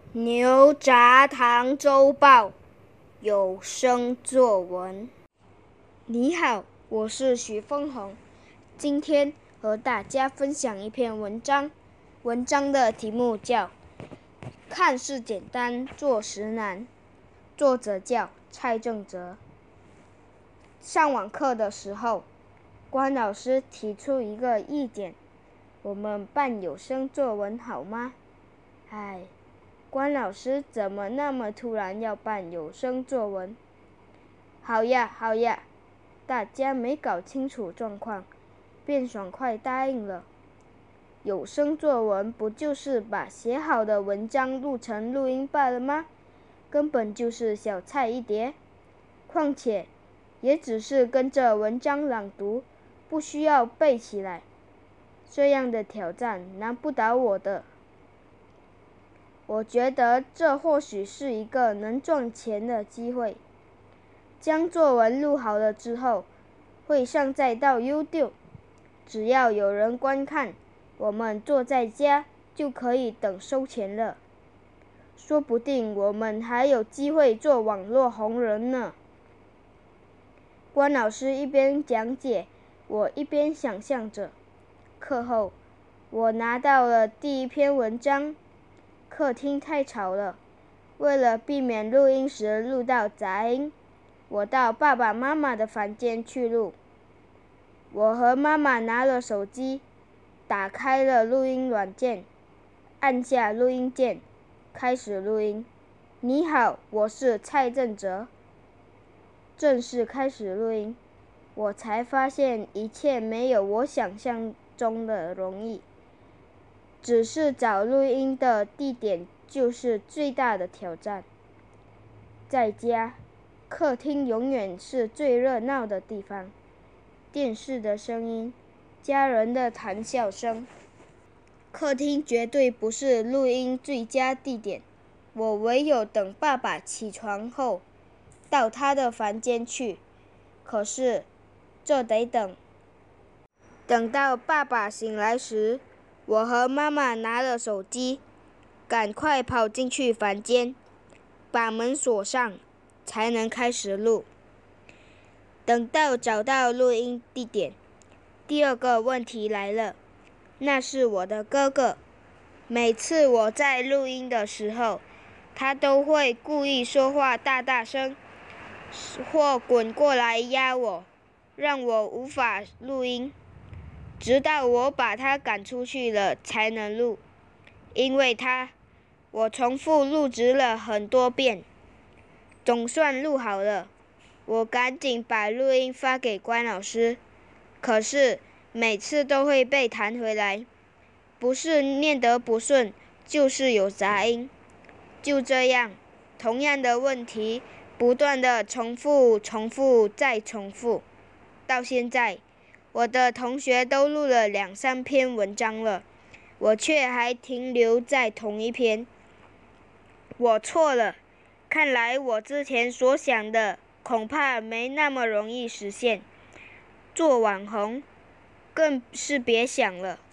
牛轧糖周报有声作文。你好，我是许峰宏，今天和大家分享一篇文章。文章的题目叫看似简单，做实难，作者叫蔡正哲。上网课的时候，关老师提出一个意见，我们办有声作文好吗？关老师怎么那么突然要办有声作文？好呀，大家没搞清楚状况，便爽快答应了。有声作文不就是把写好的文章录成录音罢了吗？根本就是小菜一碟。况且也只是跟着文章朗读，不需要背起来。这样的挑战难不倒我的。我觉得这或许是一个能赚钱的机会。将作文录好了之后，会上载到 YouTube， 只要有人观看，我们坐在家就可以等收钱了。说不定我们还有机会做网络红人呢。关老师一边讲解，我一边想象着。课后，我拿到了第一篇文章。客厅太吵了，为了避免录音时录到杂音，我到爸爸妈妈的房间去录。我和妈妈拿了手机，打开了录音软件，按下录音键，开始录音。你好，我是蔡正哲。正式开始录音，我才发现一切没有我想象中的容易。只是找录音的地点就是最大的挑战。在家，客厅永远是最热闹的地方，电视的声音，家人的谈笑声。客厅绝对不是录音最佳地点，我唯有等爸爸起床后，到他的房间去。可是，这得等到爸爸醒来时，我和妈妈拿了手机，赶快跑进去房间，把门锁上，才能开始录。等到找到录音地点，第二个问题来了，那是我的哥哥。每次我在录音的时候，他都会故意说话大声，或滚过来压我，让我无法录音。直到我把他赶出去了才能录，因为我重复录制了很多遍，总算录好了。我赶紧把录音发给关老师，可是每次都会被弹回来，不是念得不顺，就是有杂音。就这样，同样的问题不断的重复再重复，到现在我的同学都录了2-3篇文章了，我却还停留在同一篇。我错了，看来我之前所想的恐怕没那么容易实现。做网红更是别想了。